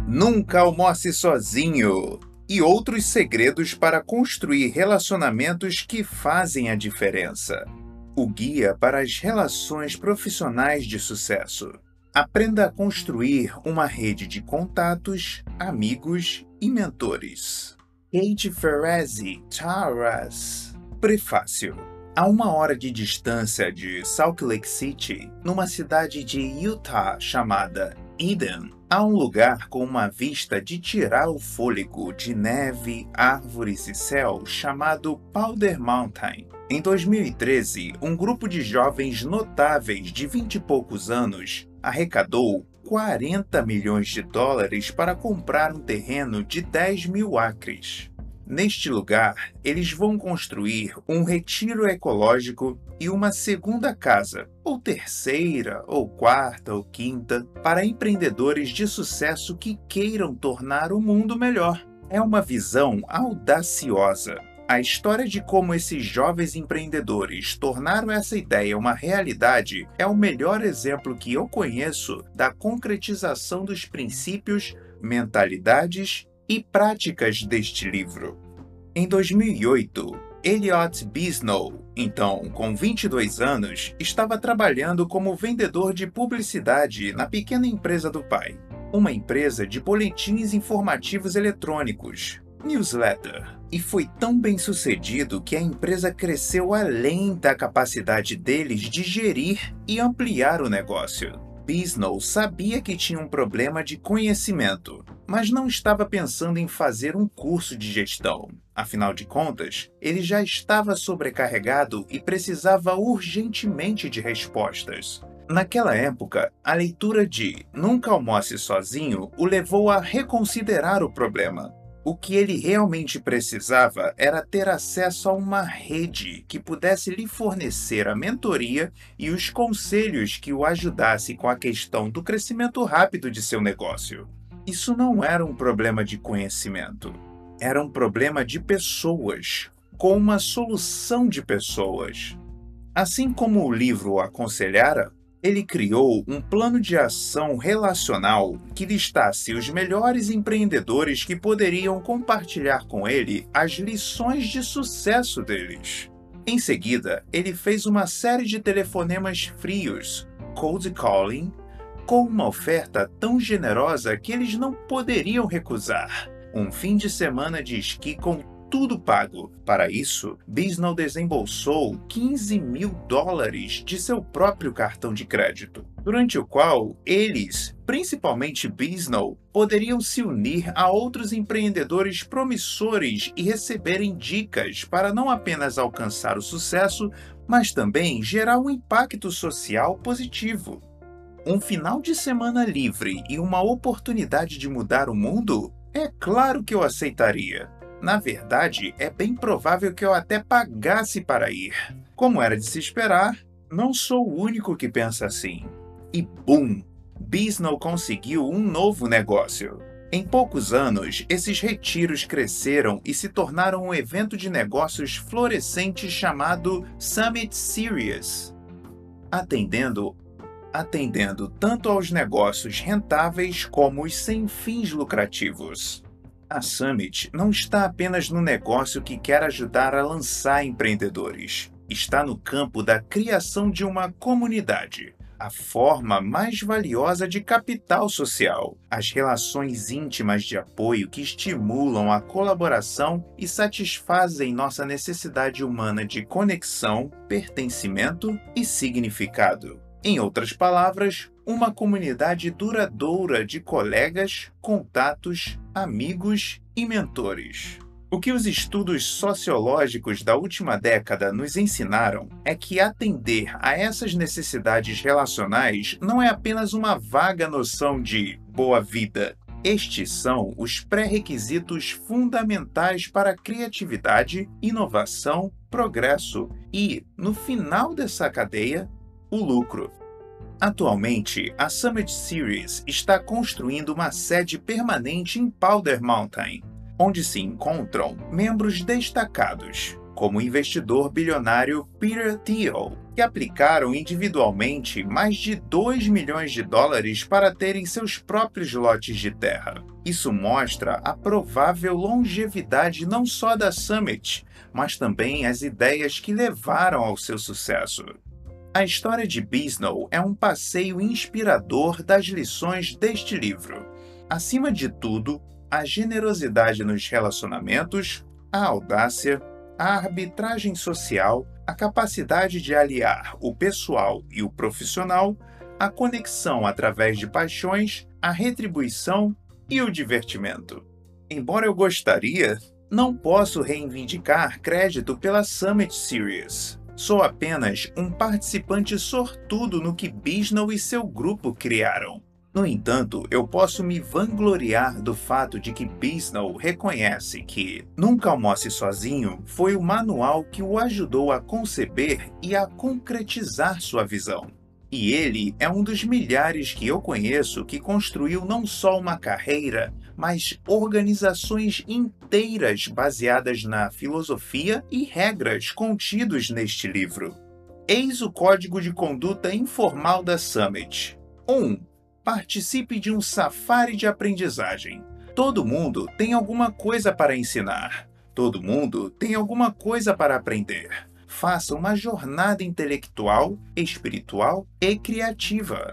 Nunca almoce sozinho e outros segredos para construir relacionamentos que fazem a diferença. O guia para as relações profissionais de sucesso. Aprenda a construir uma rede de contatos, amigos e mentores. Kate Ferrazzi Taras. Prefácio. A 1 hora de distância de Salt Lake City, numa cidade de Utah chamada Eden, há um lugar com uma vista de tirar o fôlego de neve, árvores e céu chamado Powder Mountain. Em 2013, um grupo de jovens notáveis de 20 e poucos anos arrecadou 40 milhões de dólares para comprar um terreno de 10 mil acres. Neste lugar, eles vão construir um retiro ecológico e uma segunda casa, ou terceira, ou quarta, ou quinta, para empreendedores de sucesso que queiram tornar o mundo melhor. É uma visão audaciosa. A história de como esses jovens empreendedores tornaram essa ideia uma realidade é o melhor exemplo que eu conheço da concretização dos princípios, mentalidades e práticas deste livro. Em 2008, Elliot Bisnow, então com 22 anos, estava trabalhando como vendedor de publicidade na pequena empresa do pai, uma empresa de boletins informativos eletrônicos, newsletter, e foi tão bem sucedido que a empresa cresceu além da capacidade deles de gerir e ampliar o negócio. Bisnow sabia que tinha um problema de conhecimento, mas não estava pensando em fazer um curso de gestão. Afinal de contas, ele já estava sobrecarregado e precisava urgentemente de respostas. Naquela época, a leitura de Nunca Almoce Sozinho o levou a reconsiderar o problema. O que ele realmente precisava era ter acesso a uma rede que pudesse lhe fornecer a mentoria e os conselhos que o ajudasse com a questão do crescimento rápido de seu negócio. Isso não era um problema de conhecimento, era um problema de pessoas, com uma solução de pessoas. Assim como o livro o aconselhara, ele criou um plano de ação relacional que listasse os melhores empreendedores que poderiam compartilhar com ele as lições de sucesso deles. Em seguida, ele fez uma série de telefonemas frios, cold calling, com uma oferta tão generosa que eles não poderiam recusar: um fim de semana de esqui com tudo pago. Para isso, Bisnow desembolsou 15 mil dólares de seu próprio cartão de crédito, durante o qual eles, principalmente Bisnow, poderiam se unir a outros empreendedores promissores e receberem dicas para não apenas alcançar o sucesso, mas também gerar um impacto social positivo. Um final de semana livre e uma oportunidade de mudar o mundo? É claro que eu aceitaria. Na verdade, é bem provável que eu até pagasse para ir. Como era de se esperar, não sou o único que pensa assim. E bum! Bisnow conseguiu um novo negócio. Em poucos anos, esses retiros cresceram e se tornaram um evento de negócios florescente chamado Summit Series, atendendo tanto aos negócios rentáveis como os sem fins lucrativos. A Summit não está apenas no negócio que quer ajudar a lançar empreendedores. Está no campo da criação de uma comunidade, a forma mais valiosa de capital social, as relações íntimas de apoio que estimulam a colaboração e satisfazem nossa necessidade humana de conexão, pertencimento e significado. Em outras palavras, uma comunidade duradoura de colegas, contatos, amigos e mentores. O que os estudos sociológicos da última década nos ensinaram é que atender a essas necessidades relacionais não é apenas uma vaga noção de boa vida. Estes são os pré-requisitos fundamentais para a criatividade, inovação, progresso e, no final dessa cadeia, o lucro. Atualmente, a Summit Series está construindo uma sede permanente em Powder Mountain, onde se encontram membros destacados, como o investidor bilionário Peter Thiel que aplicaram individualmente mais de 2 milhões de dólares para terem seus próprios lotes de terra. Isso mostra a provável longevidade não só da Summit, mas também as ideias que levaram ao seu sucesso. A história de Bisnow é um passeio inspirador das lições deste livro. Acima de tudo, a generosidade nos relacionamentos, a audácia, a arbitragem social, a capacidade de aliar o pessoal e o profissional, a conexão através de paixões, a retribuição e o divertimento. Embora eu gostaria, não posso reivindicar crédito pela Summit Series. Sou apenas um participante sortudo no que Bisnow e seu grupo criaram. No entanto, eu posso me vangloriar do fato de que Bisnow reconhece que Nunca Almoce Sozinho foi o manual que o ajudou a conceber e a concretizar sua visão. E ele é um dos milhares que eu conheço que construiu não só uma carreira, mas organizações inteiras baseadas na filosofia e regras contidos neste livro. Eis o código de conduta informal da Summit. 1. Participe de um safari de aprendizagem. Todo mundo tem alguma coisa para ensinar. Todo mundo tem alguma coisa para aprender. Faça uma jornada intelectual, espiritual e criativa.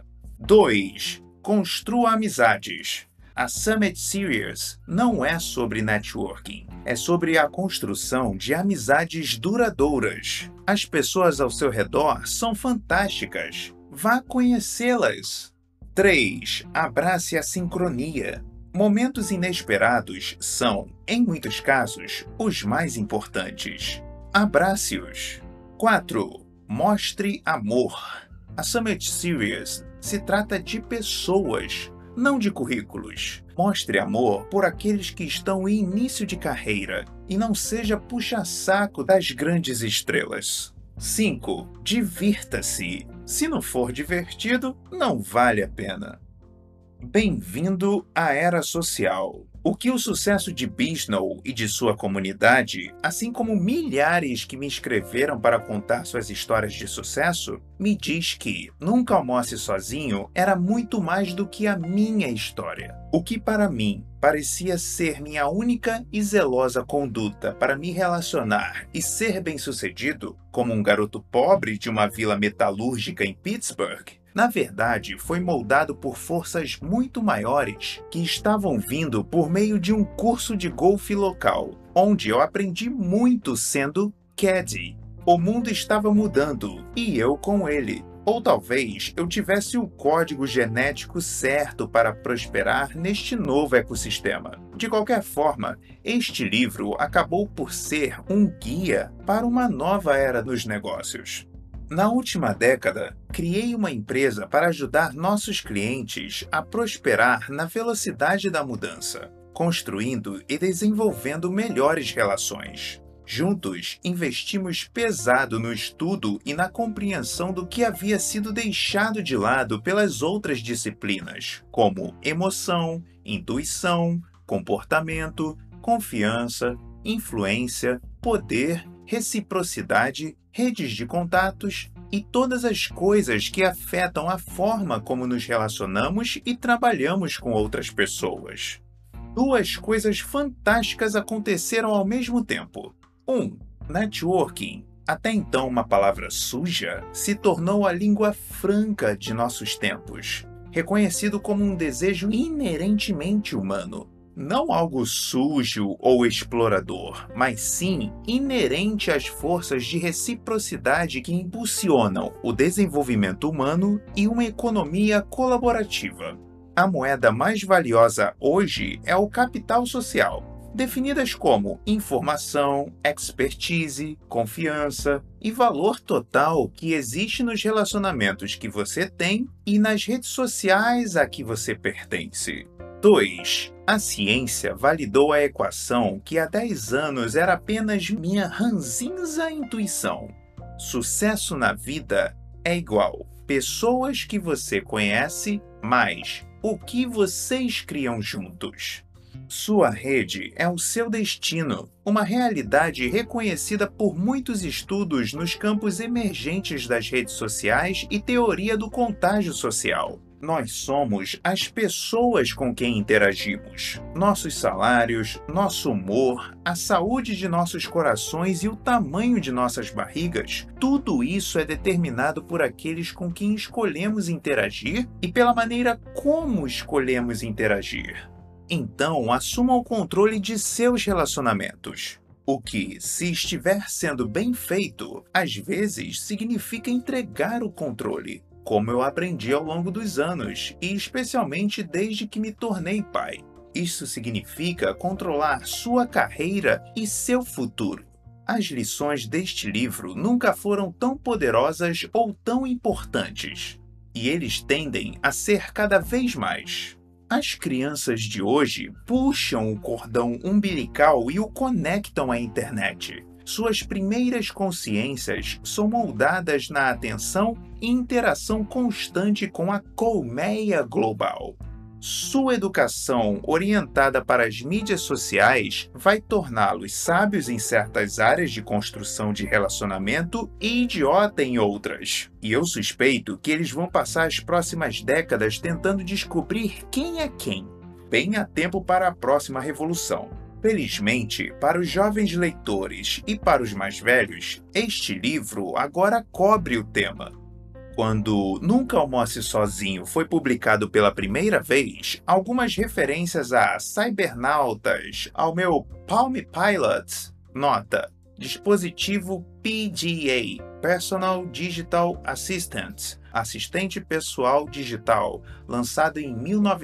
2. Construa amizades. A Summit Series não é sobre networking, é sobre a construção de amizades duradouras. As pessoas ao seu redor são fantásticas. Vá conhecê-las. 3. Abrace a sincronia. Momentos inesperados são, em muitos casos, os mais importantes. Abrace-os. 4. Mostre amor. A Summit Series se trata de pessoas, não de currículos. Mostre amor por aqueles que estão em início de carreira e não seja puxa-saco das grandes estrelas. 5. Divirta-se. Se não for divertido, não vale a pena. Bem-vindo à era social. O que o sucesso de Bisnow e de sua comunidade, assim como milhares que me escreveram para contar suas histórias de sucesso, me diz que Nunca Almoce Sozinho era muito mais do que a minha história. O que para mim parecia ser minha única e zelosa conduta para me relacionar e ser bem-sucedido, como um garoto pobre de uma vila metalúrgica em Pittsburgh, na verdade, foi moldado por forças muito maiores que estavam vindo por meio de um curso de golfe local, onde eu aprendi muito sendo caddy. O mundo estava mudando e eu com ele. Ou talvez eu tivesse o código genético certo para prosperar neste novo ecossistema. De qualquer forma, este livro acabou por ser um guia para uma nova era dos negócios. Na última década, criei uma empresa para ajudar nossos clientes a prosperar na velocidade da mudança, construindo e desenvolvendo melhores relações. Juntos, investimos pesado no estudo e na compreensão do que havia sido deixado de lado pelas outras disciplinas, como emoção, intuição, comportamento, confiança, influência, poder, reciprocidade, redes de contatos e todas as coisas que afetam a forma como nos relacionamos e trabalhamos com outras pessoas. Duas coisas fantásticas aconteceram ao mesmo tempo. 1. Networking, até então uma palavra suja, se tornou a língua franca de nossos tempos, reconhecido como um desejo inerentemente humano. Não algo sujo ou explorador, mas sim inerente às forças de reciprocidade que impulsionam o desenvolvimento humano e uma economia colaborativa. A moeda mais valiosa hoje é o capital social, definidas como informação, expertise, confiança e valor total que existe nos relacionamentos que você tem e nas redes sociais a que você pertence. 2. A ciência validou a equação que há 10 anos era apenas minha ranzinza intuição. Sucesso na vida é igual pessoas que você conhece mais o que vocês criam juntos. Sua rede é o seu destino, uma realidade reconhecida por muitos estudos nos campos emergentes das redes sociais e teoria do contágio social. Nós somos as pessoas com quem interagimos. Nossos salários, nosso humor, a saúde de nossos corações e o tamanho de nossas barrigas, tudo isso é determinado por aqueles com quem escolhemos interagir e pela maneira como escolhemos interagir. Então, assuma o controle de seus relacionamentos. O que, se estiver sendo bem feito, às vezes significa entregar o controle, como eu aprendi ao longo dos anos, e especialmente desde que me tornei pai. Isso significa controlar sua carreira e seu futuro. As lições deste livro nunca foram tão poderosas ou tão importantes, e eles tendem a ser cada vez mais. As crianças de hoje puxam o cordão umbilical e o conectam à internet. Suas primeiras consciências são moldadas na atenção e interação constante com a colmeia global. Sua educação orientada para as mídias sociais vai torná-los sábios em certas áreas de construção de relacionamento e idiota em outras. E eu suspeito que eles vão passar as próximas décadas tentando descobrir quem é quem. Bem a tempo para a próxima revolução. Felizmente, para os jovens leitores e para os mais velhos, este livro agora cobre o tema. Quando Nunca Almoce Sozinho foi publicado pela primeira vez, algumas referências a cybernautas, ao meu Palm Pilot, nota, dispositivo PDA, Personal Digital Assistant, assistente pessoal digital, lançado em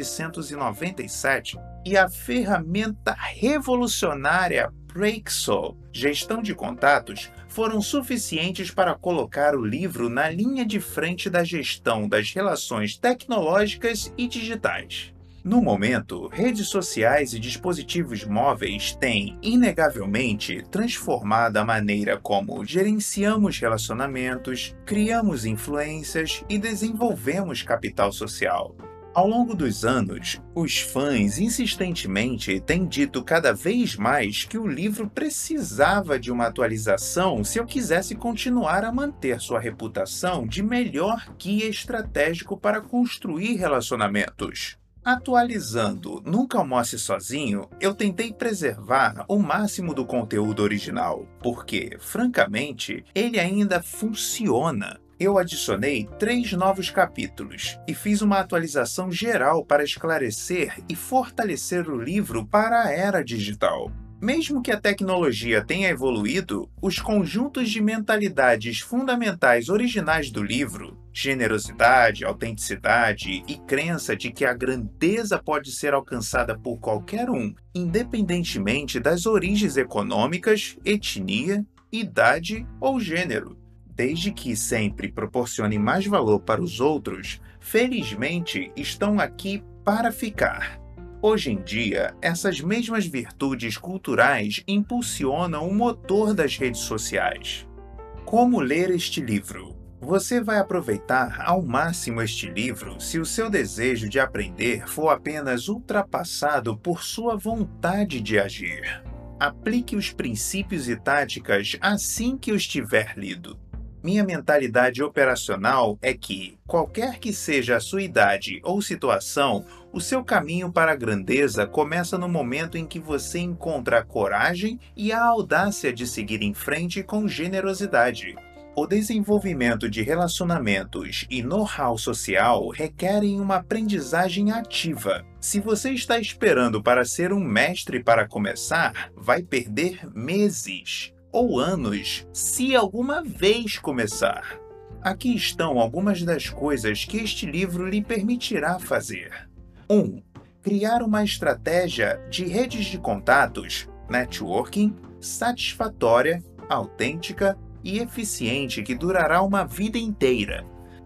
1997, e a ferramenta revolucionária Praxo, gestão de contatos, foram suficientes para colocar o livro na linha de frente da gestão das relações tecnológicas e digitais. No momento, redes sociais e dispositivos móveis têm, inegavelmente, transformado a maneira como gerenciamos relacionamentos, criamos influências e desenvolvemos capital social. Ao longo dos anos, os fãs insistentemente têm dito cada vez mais que o livro precisava de uma atualização se eu quisesse continuar a manter sua reputação de melhor guia estratégico para construir relacionamentos. Atualizando Nunca Almoce Sozinho, eu tentei preservar o máximo do conteúdo original, porque, francamente, ele ainda funciona. Eu adicionei 3 novos capítulos e fiz uma atualização geral para esclarecer e fortalecer o livro para a era digital. Mesmo que a tecnologia tenha evoluído, os conjuntos de mentalidades fundamentais originais do livro, generosidade, autenticidade e crença de que a grandeza pode ser alcançada por qualquer um, independentemente das origens econômicas, etnia, idade ou gênero, desde que sempre proporcione mais valor para os outros, felizmente estão aqui para ficar. Hoje em dia, essas mesmas virtudes culturais impulsionam o motor das redes sociais. Como ler este livro? Você vai aproveitar ao máximo este livro se o seu desejo de aprender for apenas ultrapassado por sua vontade de agir. Aplique os princípios e táticas assim que os tiver lido. Minha mentalidade operacional é que, qualquer que seja a sua idade ou situação, o seu caminho para a grandeza começa no momento em que você encontra a coragem e a audácia de seguir em frente com generosidade. O desenvolvimento de relacionamentos e know-how social requerem uma aprendizagem ativa. Se você está esperando para ser um mestre para começar, vai perder meses ou anos, se alguma vez começar. Aqui estão algumas das coisas que este livro lhe permitirá fazer. 1. Criar uma estratégia de redes de contatos, networking, satisfatória, autêntica e eficiente que durará uma vida inteira.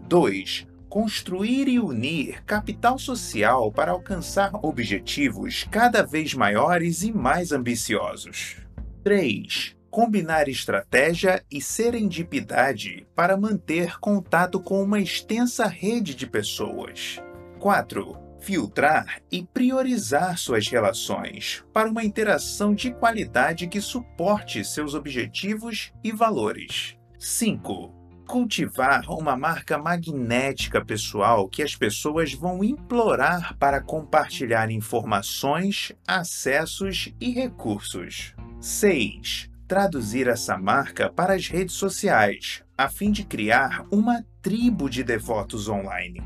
2. Construir e unir capital social para alcançar objetivos cada vez maiores e mais ambiciosos. 3. Combinar estratégia e serendipidade para manter contato com uma extensa rede de pessoas. 4. Filtrar e priorizar suas relações para uma interação de qualidade que suporte seus objetivos e valores. 5. Cultivar uma marca magnética pessoal que as pessoas vão implorar para compartilhar informações, acessos e recursos. 6. Traduzir essa marca para as redes sociais, a fim de criar uma tribo de devotos online.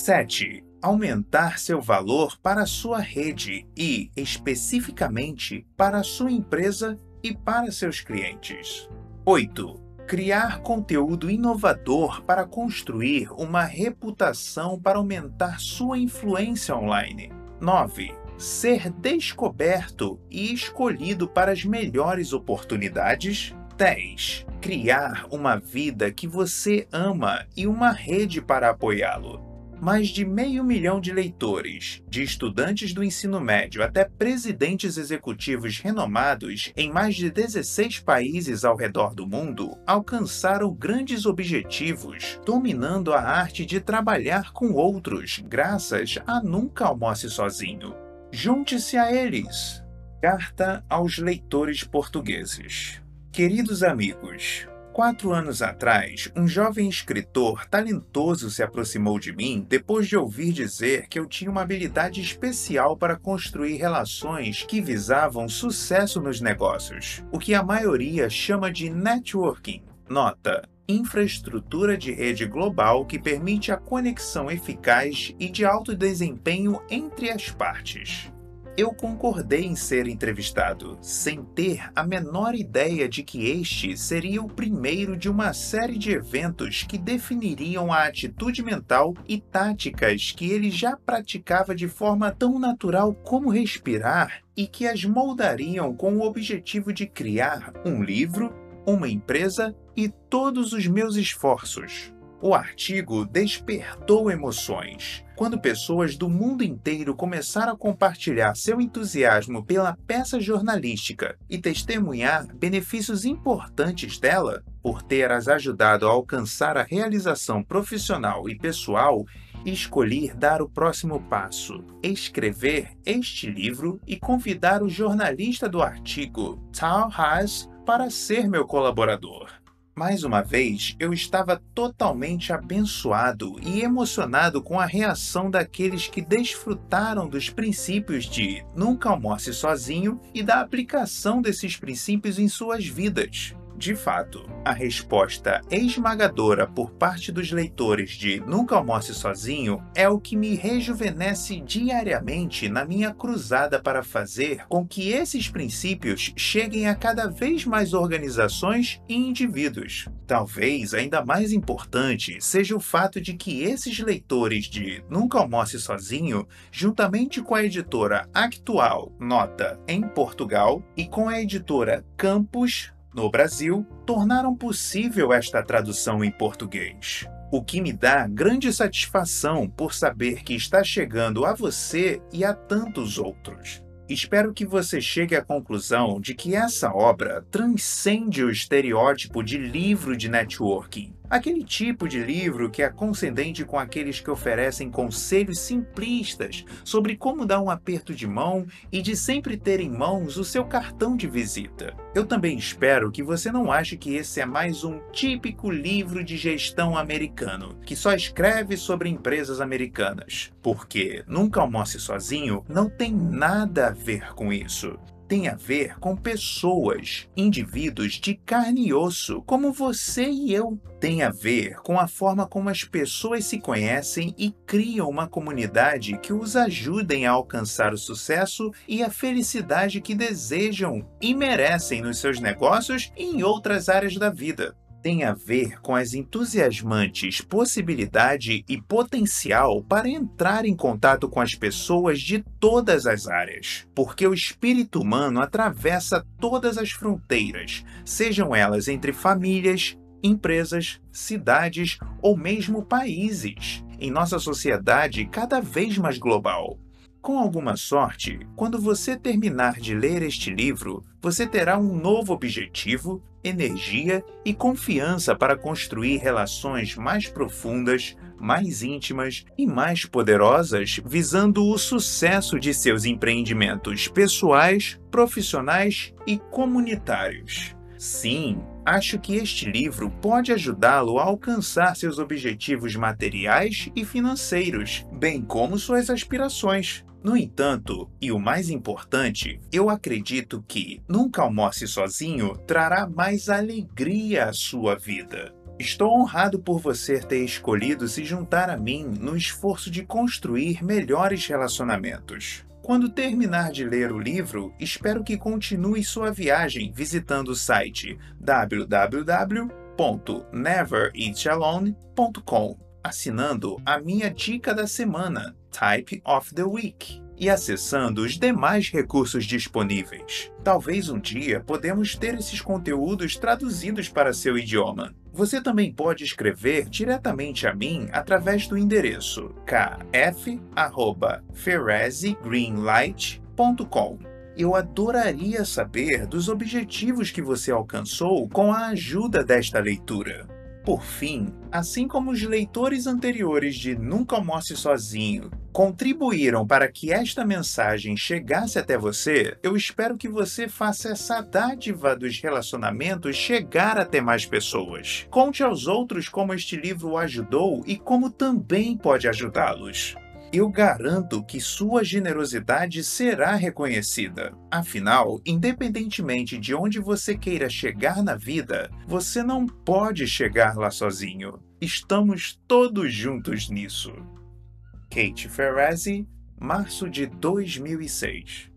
7. Aumentar seu valor para a sua rede e, especificamente, para a sua empresa e para seus clientes. 8. Criar conteúdo inovador para construir uma reputação para aumentar sua influência online. 9. Ser descoberto e escolhido para as melhores oportunidades. 10. Criar uma vida que você ama e uma rede para apoiá-lo. Mais de 500 mil de leitores, de estudantes do ensino médio até presidentes executivos renomados em mais de 16 países ao redor do mundo, alcançaram grandes objetivos, dominando a arte de trabalhar com outros, graças a Nunca Almoce Sozinho. Junte-se a eles! Carta aos leitores portugueses. Queridos amigos, 4 anos atrás, um jovem escritor talentoso se aproximou de mim depois de ouvir dizer que eu tinha uma habilidade especial para construir relações que visavam sucesso nos negócios, o que a maioria chama de networking. Nota: infraestrutura de rede global que permite a conexão eficaz e de alto desempenho entre as partes. Eu concordei em ser entrevistado, sem ter a menor ideia de que este seria o primeiro de uma série de eventos que definiriam a atitude mental e táticas que ele já praticava de forma tão natural como respirar e que as moldariam com o objetivo de criar um livro, uma empresa e todos os meus esforços. O artigo despertou emoções. Quando pessoas do mundo inteiro começaram a compartilhar seu entusiasmo pela peça jornalística e testemunhar benefícios importantes dela, por ter as ajudado a alcançar a realização profissional e pessoal, escolhi dar o próximo passo: escrever este livro e convidar o jornalista do artigo, Tal Haas, para ser meu colaborador. Mais uma vez, eu estava totalmente abençoado e emocionado com a reação daqueles que desfrutaram dos princípios de Nunca Almoce Sozinho e da aplicação desses princípios em suas vidas. De fato, a resposta esmagadora por parte dos leitores de Nunca Almoce Sozinho é o que me rejuvenesce diariamente na minha cruzada para fazer com que esses princípios cheguem a cada vez mais organizações e indivíduos. Talvez ainda mais importante seja o fato de que esses leitores de Nunca Almoce Sozinho, juntamente com a editora Actual, Nota, em Portugal, e com a editora Campus, no Brasil, tornaram possível esta tradução em português. O que me dá grande satisfação por saber que está chegando a você e a tantos outros. Espero que você chegue à conclusão de que essa obra transcende o estereótipo de livro de networking. Aquele tipo de livro que é condescendente com aqueles que oferecem conselhos simplistas sobre como dar um aperto de mão e de sempre ter em mãos o seu cartão de visita. Eu também espero que você não ache que esse é mais um típico livro de gestão americano, que só escreve sobre empresas americanas, porque Nunca Almoce Sozinho não tem nada a ver com isso. Tem a ver com pessoas, indivíduos de carne e osso, como você e eu. Tem a ver com a forma como as pessoas se conhecem e criam uma comunidade que os ajudem a alcançar o sucesso e a felicidade que desejam e merecem nos seus negócios e em outras áreas da vida. Tem a ver com as entusiasmantes possibilidade e potencial para entrar em contato com as pessoas de todas as áreas, porque o espírito humano atravessa todas as fronteiras, sejam elas entre famílias, empresas, cidades ou mesmo países, em nossa sociedade cada vez mais global. Com alguma sorte, quando você terminar de ler este livro, você terá um novo objetivo, energia e confiança para construir relações mais profundas, mais íntimas e mais poderosas, visando o sucesso de seus empreendimentos pessoais, profissionais e comunitários. Sim, acho que este livro pode ajudá-lo a alcançar seus objetivos materiais e financeiros, bem como suas aspirações. No entanto, e o mais importante, eu acredito que Nunca Almoce Sozinho trará mais alegria à sua vida. Estou honrado por você ter escolhido se juntar a mim no esforço de construir melhores relacionamentos. Quando terminar de ler o livro, espero que continue sua viagem visitando o site www.nevereatalone.com, assinando a minha dica da semana, Type of the Week, e acessando os demais recursos disponíveis. Talvez um dia podemos ter esses conteúdos traduzidos para seu idioma. Você também pode escrever diretamente a mim através do endereço kf@ferrezigreenlight.com. Eu adoraria saber dos objetivos que você alcançou com a ajuda desta leitura. Por fim, assim como os leitores anteriores de Nunca Almoce Sozinho contribuíram para que esta mensagem chegasse até você, eu espero que você faça essa dádiva dos relacionamentos chegar até mais pessoas. Conte aos outros como este livro o ajudou e como também pode ajudá-los. Eu garanto que sua generosidade será reconhecida. Afinal, independentemente de onde você queira chegar na vida, você não pode chegar lá sozinho. Estamos todos juntos nisso. Kate Ferrazzi, março de 2006.